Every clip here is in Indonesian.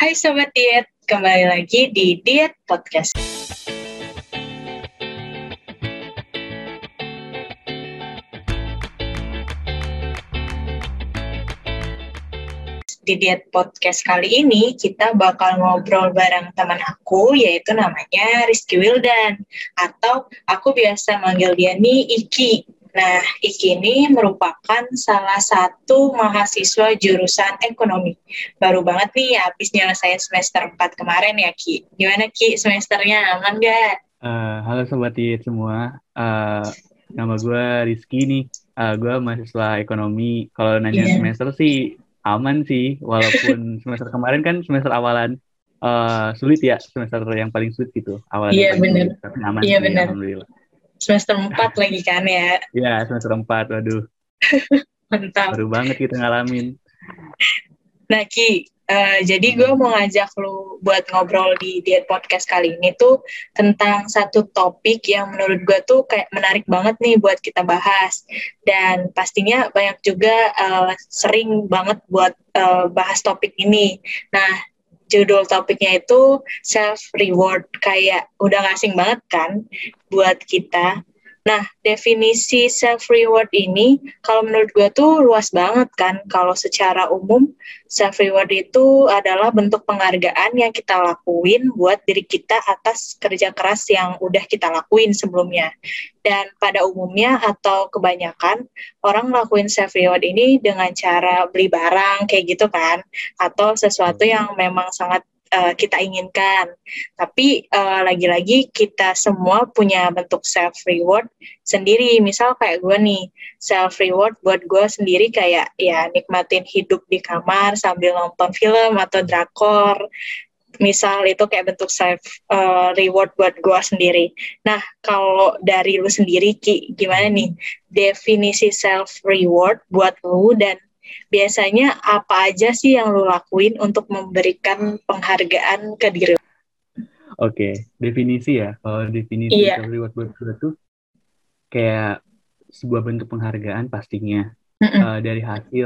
Hai Sobat Diet, kembali lagi di Diet Podcast. Di Diet Podcast kali ini, kita bakal ngobrol bareng teman aku, yaitu namanya Rizky Wildan. Atau aku biasa manggil dia nih Iki. Nah, Iki ini merupakan salah satu mahasiswa jurusan ekonomi. Baru banget nih, habis nyelesain semester 4 kemarin ya, Ki. Gimana, Ki, semesternya? Aman gak? Halo Sobat Tit semua. Nama gue Rizky nih. Gue mahasiswa ekonomi. Kalau nanya Iya, semester sih aman sih. Walaupun semester kemarin kan semester awalan sulit ya. Semester yang paling sulit gitu. Awalan iya yang paling bener. sulit. Tapi aman Iya sih, bener. Alhamdulillah. Semester 4 lagi kan ya. Ya, semester 4. Waduh, Mantap. baru banget kita ngalamin. Nah Ki, jadi gue mau ngajak lu buat ngobrol di Diet Podcast kali ini tuh tentang satu topik yang menurut gue tuh kayak menarik banget nih buat kita bahas. Dan pastinya banyak juga sering banget buat bahas topik ini. Nah, judul topiknya itu self-reward. Kayak udah gak asing banget kan buat kita. Nah, definisi self-reward ini kalau menurut gue tuh luas banget kan. Kalau secara umum, self-reward itu adalah bentuk penghargaan yang kita lakuin buat diri kita atas kerja keras yang udah kita lakuin sebelumnya. Dan pada umumnya atau kebanyakan, orang lakuin self-reward ini dengan cara beli barang kayak gitu kan. Atau sesuatu yang memang sangat kita inginkan. Tapi lagi-lagi kita semua punya bentuk self-reward sendiri. Misal kayak gue nih, self-reward buat gue sendiri kayak ya nikmatin hidup di kamar sambil nonton film atau drakor. Misal itu kayak bentuk self-reward buat gue sendiri. Nah, kalau dari lu sendiri, Ki, gimana nih definisi self-reward buat lu dan biasanya apa aja sih yang lu lakuin untuk memberikan penghargaan ke diri lu? Oke, definisi ya. Kalau definisi Iya. self-reward buat gue tuh kayak sebuah bentuk penghargaan pastinya. Mm-mm. Dari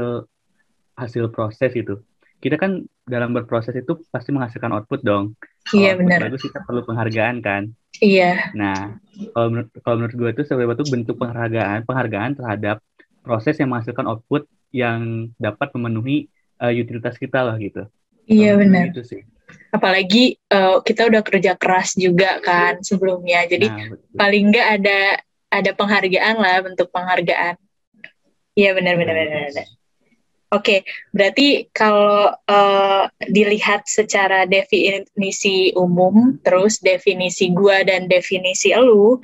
hasil proses itu. Kita kan dalam berproses itu pasti menghasilkan output dong. Kalau Iya output benar. bagus kita perlu penghargaan kan. Iya. Nah, kalau menurut gue itu sebenarnya itu bentuk penghargaan terhadap proses yang menghasilkan output yang dapat memenuhi utilitas kita lah gitu. Kalau Iya menurut gue benar. gitu sih. Apalagi kita udah kerja keras juga kan sebelumnya. Jadi Nah, betul. paling nggak ada penghargaan lah, bentuk penghargaan. Iya benar benar Nah, benar. itu. Benar. Oke, berarti kalau dilihat secara definisi umum, terus definisi gua dan definisi elu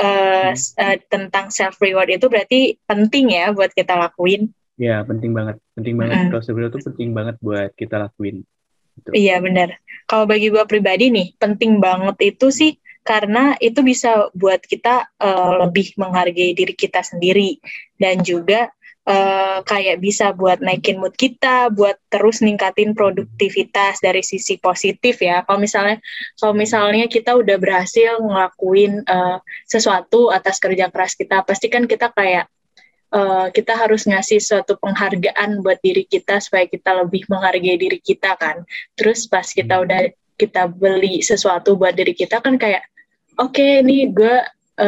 tentang self reward itu berarti penting ya buat kita lakuin. Ya, penting banget. Penting banget. Mm-mm. Kalau sebenarnya itu penting banget buat kita lakuin. Gitu. Iya benar. Kalau bagi gua pribadi nih, penting banget itu sih karena itu bisa buat kita lebih menghargai diri kita sendiri dan juga kayak bisa buat naikin mood kita, buat terus ningkatin produktivitas dari sisi positif ya. Kalau misalnya kita udah berhasil ngelakuin sesuatu atas kerja keras kita, pasti kan kita kayak kita harus ngasih suatu penghargaan buat diri kita supaya kita lebih menghargai diri kita kan. Terus pas kita beli sesuatu buat diri kita kan kayak oke, ini gue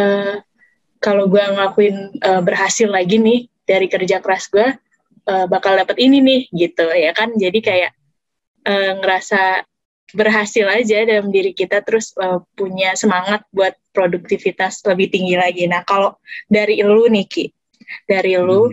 kalau gue ngelakuin berhasil lagi nih dari kerja keras gue bakal dapet ini nih gitu ya kan. Jadi kayak ngerasa berhasil aja dalam diri kita, terus punya semangat buat produktivitas lebih tinggi lagi. Nah kalau dari lu nih Ki, dari lu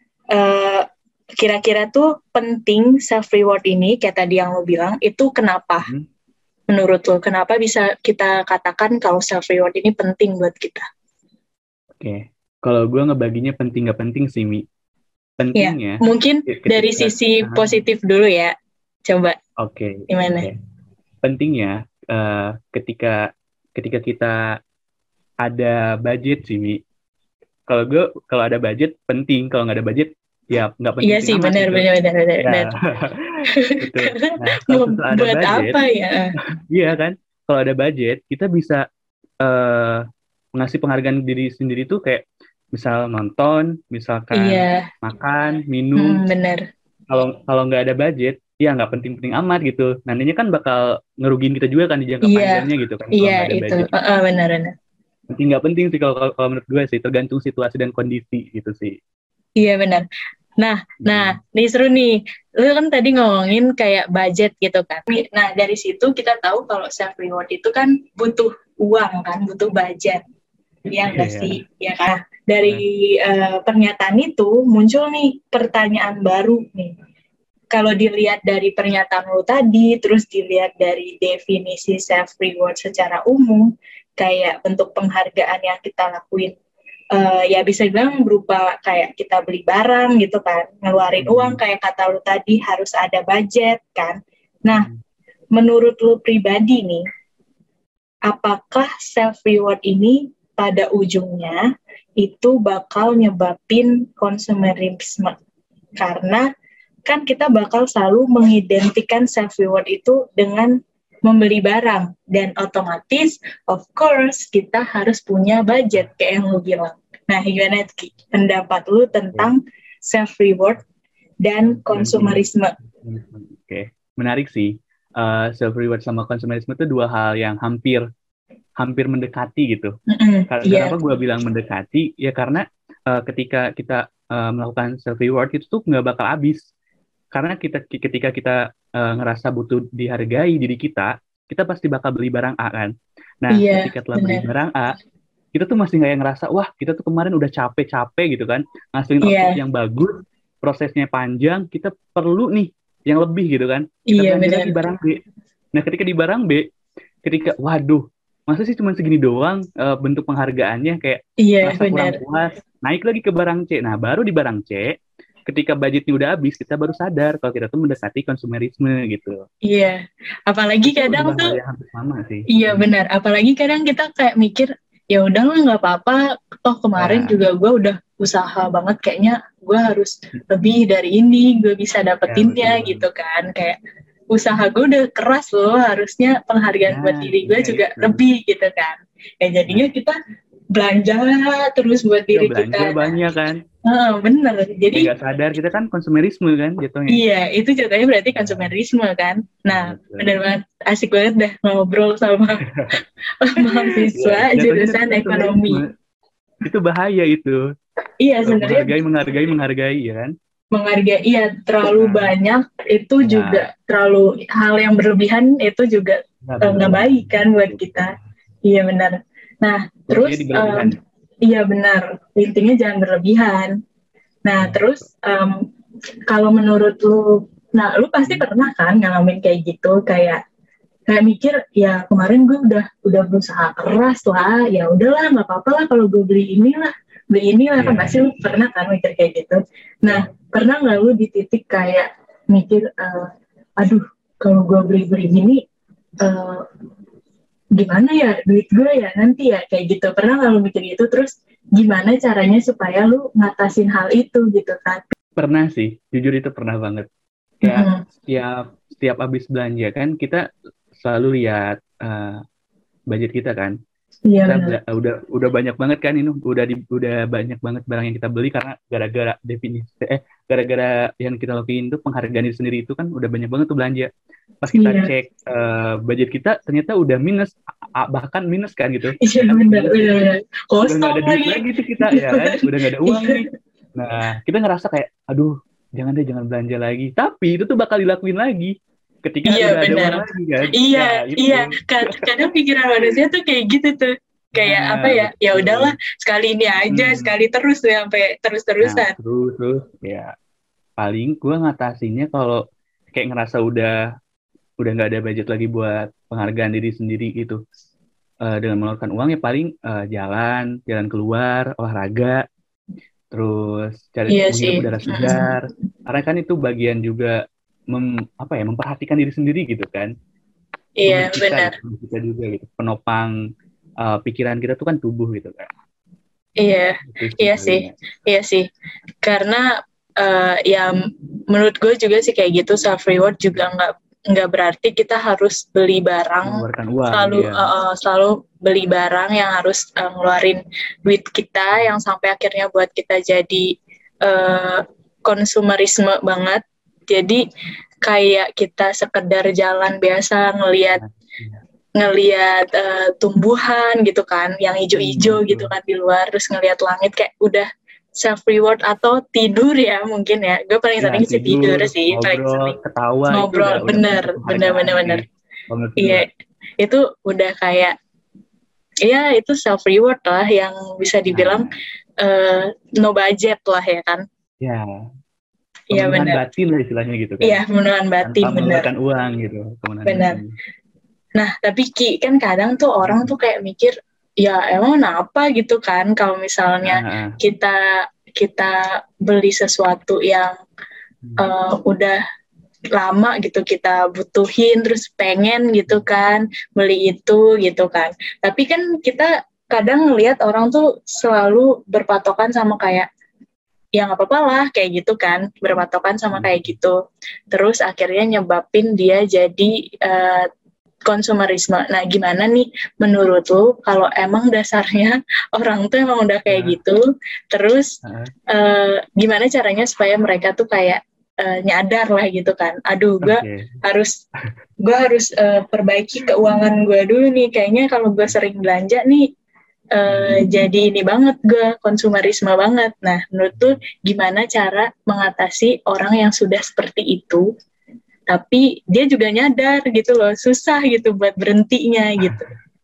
kira-kira tuh penting self reward ini kayak tadi yang lu bilang itu kenapa? Menurut lu kenapa bisa kita katakan kalau self reward ini penting buat kita? Oke. Kalau gue ngebaginya penting nggak penting sih, Mi. Ya, Pentingnya mungkin dari sisi positif dulu ya. Coba Oke. gimana? Pentingnya ketika kita ada budget sih, Mi. Kalau ada budget penting, kalau nggak ada budget ya nggak Iya penting-penting sih, amat benar gitu. benar. Ya, betul. Karena Nah, kalau mau setelah ada buat budget, apa ya? iya kan? Kalau ada budget, kita bisa eh ngasih penghargaan diri sendiri tuh kayak misal nonton, misalkan Iya, makan, minum. benar. Kalau kalau nggak ada budget, ya nggak penting-penting amat gitu. Nantinya kan bakal ngerugiin kita juga kan di jangka Iya, panjangnya gitu kan kalau iya nggak ada itu. budget. Benar-benar. Penting nggak penting sih kalau menurut gue sih, tergantung situasi dan kondisi gitu sih. Iya benar. Nah, Hmm. nih seru nih. Lu kan tadi ngomongin kayak budget gitu kan. Nah, dari situ kita tahu kalau self reward itu kan butuh uang kan, butuh budget. Iya enggak Iya. sih? Ya kan? Dari pernyataan itu muncul nih pertanyaan baru nih. Kalau dilihat dari pernyataan lo tadi, terus dilihat dari definisi self reward secara umum, kayak bentuk penghargaan yang kita lakuin, ya bisa bilang berupa kayak kita beli barang gitu kan, ngeluarin uang kayak kata lo tadi harus ada budget kan. Nah, menurut lo pribadi nih, apakah self reward ini pada ujungnya itu bakal nyebabin konsumerisme? Karena kan kita bakal selalu mengidentikan self reward itu dengan membeli barang, dan otomatis of course kita harus punya budget kayak yang lu bilang. Nah, gimana Ki pendapat lu tentang self reward dan konsumerisme? Oke, menarik sih. Self reward sama konsumerisme itu dua hal yang hampir mendekati gitu. Iya, Kenapa gue bilang mendekati? Ya karena ketika kita melakukan self reward itu tuh nggak bakal habis. Karena ketika kita ngerasa butuh dihargai diri kita pasti bakal beli barang A kan. Nah, iya, ketika telah beli benar. barang A, kita tuh masih nggak yang ngerasa, wah kita tuh kemarin udah capek-capek gitu kan, ngasilin output Iya, yang bagus, prosesnya panjang, kita perlu nih yang lebih gitu kan. Kita iya belanja benar. lagi barang B. Nah, ketika di barang B, waduh, masa sih cuma segini doang bentuk penghargaannya, kayak Iya, rasa kurang benar. puas, naik lagi ke barang C. Nah, baru di barang C, ketika budgetnya udah habis, kita baru sadar kalau kita tuh mendekati konsumerisme gitu. Iya. Apalagi Itu kadang dua tuh hal yang hampir sama sih. iya benar, apalagi kadang kita kayak mikir, ya udahlah nggak apa-apa, toh kemarin Ya, juga gue udah usaha banget, kayaknya gue harus lebih dari ini, gue bisa ya dapetinnya betul. gitu kan, kayak usaha gue udah keras loh, harusnya penghargaan buat Nah, diri gue iya juga itu. lebih gitu kan. Ya jadinya Nah, kita belanja terus buat ya diri kita. belanja Nah, banyak kan. bener. Ya Jadi nggak sadar kita kan konsumerisme kan jatuhnya. iya, itu contohnya berarti Ya, konsumerisme kan. Nah, betul. bener banget, asik banget dah ngobrol sama Ya, mahasiswa jatuhnya itu jurusan ekonomi. konsumerisme. Itu bahaya itu. Iya, sebenarnya Menghargai ya kan. menghargai, iya terlalu Nah, banyak itu juga ya, terlalu hal yang berlebihan itu juga nggak nggak boleh. baik kan buat kita. Iya benar. Nah, Intinya terus di berlebihan. iya benar, intinya jangan berlebihan. Nah, Ya. terus kalau menurut lu, nah lu pasti pernah kan ngalamin kayak gitu, kayak mikir ya kemarin gue udah berusaha keras lah, ya udahlah nggak apa-apa lah kalau gue beli inilah kan, Ya. pasti lu pernah kan mikir kayak gitu. Nah, pernah nggak lu di titik kayak mikir, aduh kalau gue beli ini eh, gimana ya duit gue ya nanti ya, kayak gitu, pernah nggak lu mikir gitu? Terus gimana caranya supaya lu ngatasin hal itu gitu kan? Pernah sih, jujur itu pernah banget. Kayak setiap habis belanja kan kita selalu lihat budget kita kan. Iya Kita benar. udah banyak banget kan ini, udah banyak banget barang yang kita beli karena gara-gara yang kita lakuin tuh penghargaan diri sendiri itu kan udah banyak banget tuh belanja. Pas kita Iya, cek budget kita ternyata udah minus, bahkan minus kan gitu. iya Kan benar, minus gitu. benar. Udah nggak Kosong ada duit lagi. lagi tuh kita ya kan, udah nggak ada uang Iya. nih. Nah, kita ngerasa kayak, aduh, jangan belanja lagi. Tapi itu tuh bakal dilakuin lagi ketika Iya udah ada benar. uang lagi kan. Iya, Nah, iya. itu. Kadang pikiran manusia tuh kayak gitu tuh. Kayak apa Nah, ya? Ya udahlah, betul. sekali ini aja, Hmm. sekali terus tuh sampai Nah, terus-terusan. terus ya paling gue ngatasinnya kalau kayak ngerasa udah nggak ada budget lagi buat penghargaan diri sendiri gitu. Dengan mengeluarkan uang ya paling jalan keluar, olahraga, terus cari Iya menghirup sih. udara segar. Karena kan itu bagian juga memperhatikan diri sendiri gitu kan. Iya benar. Tubuh kita juga gitu. Penopang pikiran kita tuh kan tubuh gitu kan. Iya, Itu sih iya sih, palingnya. iya sih. Karena ya menurut gue juga sih kayak gitu, self reward juga nggak berarti kita harus beli barang, Mengeluarkan uang selalu ya. selalu beli barang yang harus ngeluarin duit kita, yang sampai akhirnya buat kita jadi konsumerisme banget. Jadi kayak kita sekedar jalan biasa ngelihat tumbuhan gitu kan, yang hijau-hijau gitu kan di luar, terus ngelihat langit kayak udah self reward, atau tidur ya mungkin ya. Gue paling sering sih tidur sih, paling ngobrol, sering ketawa ngobrol, itu bener. Iya, itu udah kayak itu self reward lah yang bisa dibilang no budget lah ya kan. Ya, Iya pemenuhan benar. batin lah istilahnya gitu kan. Iya, pemenuhan batin, tanpa mengeluarkan uang gitu, benar. Nah, tapi Ki, kan kadang tuh orang tuh kayak mikir, ya emang kenapa gitu kan, kalau misalnya kita beli sesuatu yang udah lama gitu kita butuhin, terus pengen gitu kan beli itu gitu kan. Tapi kan kita kadang ngelihat orang tuh selalu berpatokan sama kayak, ya nggak apa-apa lah kayak gitu kan, berpatokan sama kayak gitu, terus akhirnya nyebabin dia jadi konsumerisme. Nah, gimana nih menurut lu kalau emang dasarnya orang tuh emang udah kayak gitu, terus gimana caranya supaya mereka tuh kayak nyadar lah gitu kan, aduh gue harus perbaiki keuangan gue dulu nih, kayaknya kalau gue sering belanja nih jadi ini banget, gue konsumerisme banget. Nah, menurut tuh gimana cara mengatasi orang yang sudah seperti itu, tapi dia juga nyadar gitu loh, susah gitu buat berhentinya gitu.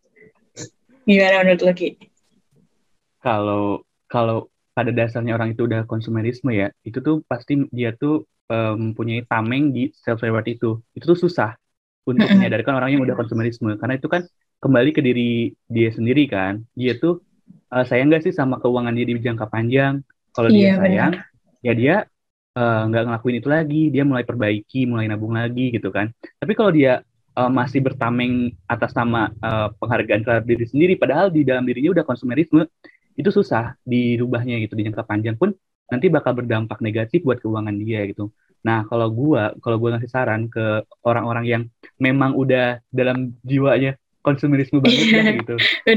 Gimana menurut lo, Ki? Kalau pada dasarnya orang itu udah konsumerisme ya, itu tuh pasti dia tuh mempunyai tameng di self reward itu tuh susah untuk menyadarkan orang yang udah konsumerisme, karena itu kan kembali ke diri dia sendiri kan. Dia tuh sayang nggak sih sama keuangan dia di jangka panjang? Kalau dia sayang, ya dia nggak ngelakuin itu lagi, dia mulai perbaiki, mulai nabung lagi gitu kan. Tapi kalau dia masih bertameng atas nama penghargaan terhadap diri sendiri, padahal di dalam dirinya udah konsumerisme, itu susah dirubahnya gitu. Di jangka panjang pun nanti bakal berdampak negatif buat keuangan dia gitu. Nah, kalau gue ngasih saran ke orang-orang yang memang udah dalam jiwanya konsumerisme banget dah gitu.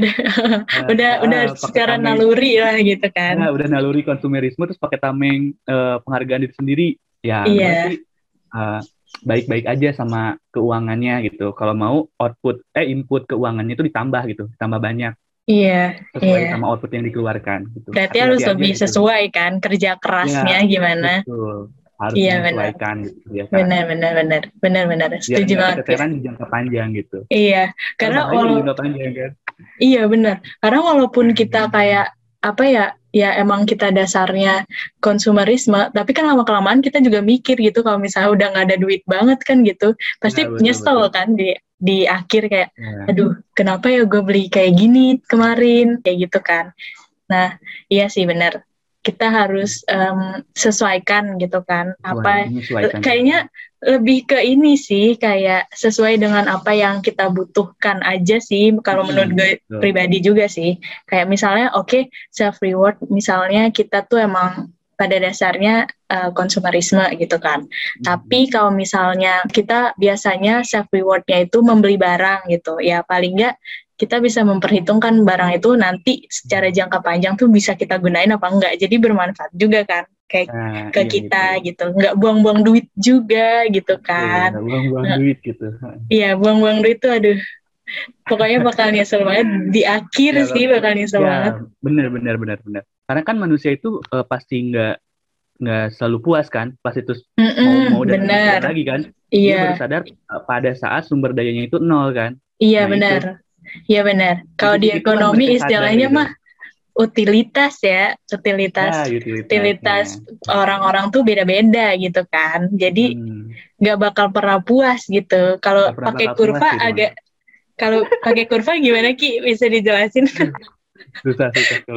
udah secara naluri lah gitu kan. Nah, udah naluri konsumerisme terus pakai tameng penghargaan diri sendiri. Ya, gue sih baik-baik aja sama keuangannya gitu. Kalau mau input keuangannya itu ditambah gitu, ditambah banyak. Sesuai sama output yang dikeluarkan gitu. Berarti harus lebih sesuai kan kerja kerasnya gimana. Betul. Harus menyesuaikan gitu ya kan. Benar. Setuju banget. Keteteran di jangka panjang gitu. Iya, karena jangka panjang kan. Iya benar. Karena walaupun kita kayak ya emang kita dasarnya konsumerisme, tapi kan lama-kelamaan kita juga mikir gitu, kalau misalnya udah nggak ada duit banget kan gitu, pasti nyesel kan di akhir kayak, aduh kenapa ya gue beli kayak gini kemarin, kayak gitu kan. Nah iya sih benar, kita harus sesuaikan gitu kan, kayaknya lebih ke ini sih, kayak sesuai dengan apa yang kita butuhkan aja sih, kalau menurut gue pribadi juga sih. Kayak misalnya self reward, misalnya kita tuh emang pada dasarnya konsumerisme gitu kan. Tapi kalau misalnya kita biasanya self rewardnya itu membeli barang gitu, ya paling nggak kita bisa memperhitungkan barang itu nanti secara jangka panjang tuh bisa kita gunain apa enggak, jadi bermanfaat juga kan kayak ke kita gitu, nggak buang-buang duit juga gitu kan. Buang-buang duit gitu. Iya, buang-buang duit tuh aduh, pokoknya bakal nyesel banget di akhir sih, bakal nyesel banget. Bener. Karena kan manusia itu pasti nggak selalu puas kan, pasti terus mau dan lagi kan. Dia baru sadar pada saat sumber dayanya itu nol kan. Iya benar. Iya benar. Kalau di ekonomi istilahnya mah utilitas ya, utilitas orang-orang tuh beda-beda gitu kan. Jadi nggak bakal pernah puas gitu. Kalau pakai kurva kalau pakai kurva gimana Ki? Bisa dijelasin? Susah.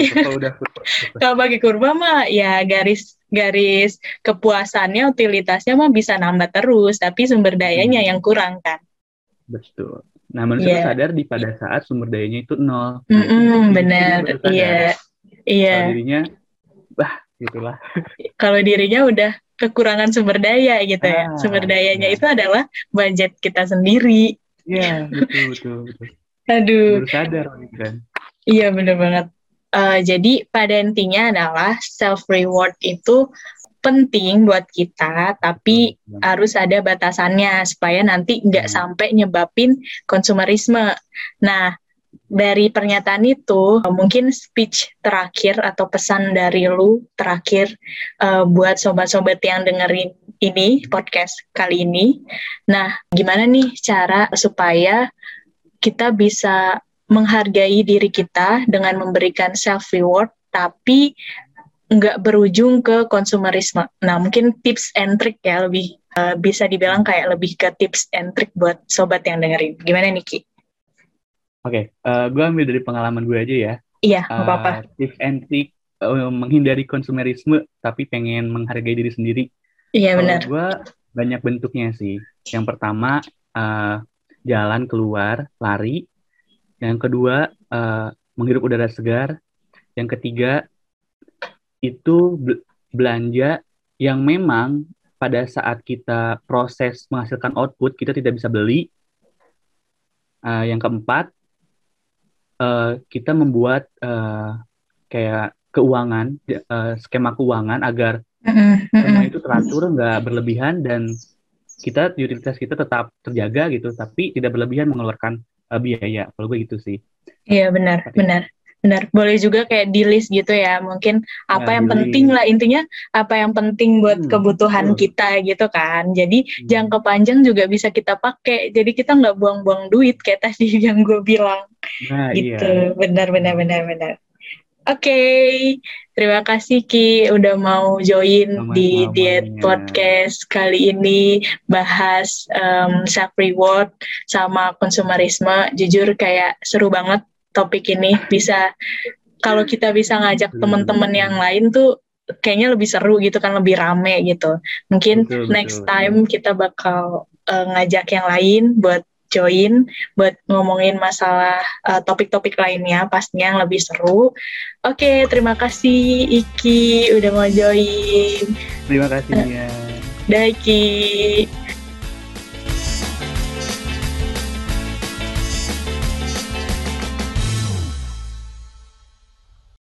Kalau pakai kurva mah ya garis kepuasannya, utilitasnya mah bisa nambah terus, tapi sumber dayanya yang kurang kan. Betul. Nah, manusia sadar pada saat sumber dayanya itu nol. Benar. Iya. Kalau dirinya, gitulah. Kalau dirinya udah kekurangan sumber daya gitu ya. Sumber dayanya itu adalah budget kita sendiri. Iya, betul. Aduh. Baru sadar kan. Iya, benar banget. Jadi pada intinya adalah self reward itu penting buat kita, tapi harus ada batasannya supaya nanti nggak sampai nyebabin konsumerisme. Nah, dari pernyataan itu, mungkin speech terakhir atau pesan dari lu terakhir buat sobat-sobat yang dengerin ini, podcast kali ini. Nah, gimana nih cara supaya kita bisa menghargai diri kita dengan memberikan self-reward, tapi nggak berujung ke konsumerisme. Nah, mungkin tips and trick ya, lebih bisa dibilang kayak lebih ke tips and trick buat sobat yang dengerin. Gimana nih, Ki? Oke, gue ambil dari pengalaman gue aja ya. Iya, nggak apa-apa. Tips and trick menghindari konsumerisme tapi pengen menghargai diri sendiri. Iya, benar. Gue banyak bentuknya sih. Yang pertama, jalan keluar, lari. Yang kedua, menghirup udara segar. Yang ketiga, itu belanja yang memang pada saat kita proses menghasilkan output, kita tidak bisa beli. Yang keempat, kita membuat kayak keuangan, skema keuangan agar semua itu teratur, nggak berlebihan, dan utilitas kita tetap terjaga gitu, tapi tidak berlebihan mengeluarkan biaya. Kalau gue gitu sih. Iya, benar. Boleh juga kayak di list gitu ya, mungkin apa yang penting lah, intinya apa yang penting buat kebutuhan kita gitu kan. Jadi jangka panjang juga bisa kita pakai, jadi kita nggak buang-buang duit kayak tadi yang gue bilang. Gitu. Iya. Benar. Oke, terima kasih Ki udah mau join di Diet Podcast kali ini, bahas self reward sama konsumerisme. Jujur kayak seru banget topik ini. Bisa kalau kita bisa ngajak teman-teman yang lain tuh kayaknya lebih seru gitu kan, lebih rame gitu. Mungkin next time kita bakal ngajak yang lain buat join, buat ngomongin masalah topik-topik lainnya, pastinya yang lebih seru. Oke, terima kasih Iki udah mau join. Terima kasih ya. Dah Iki.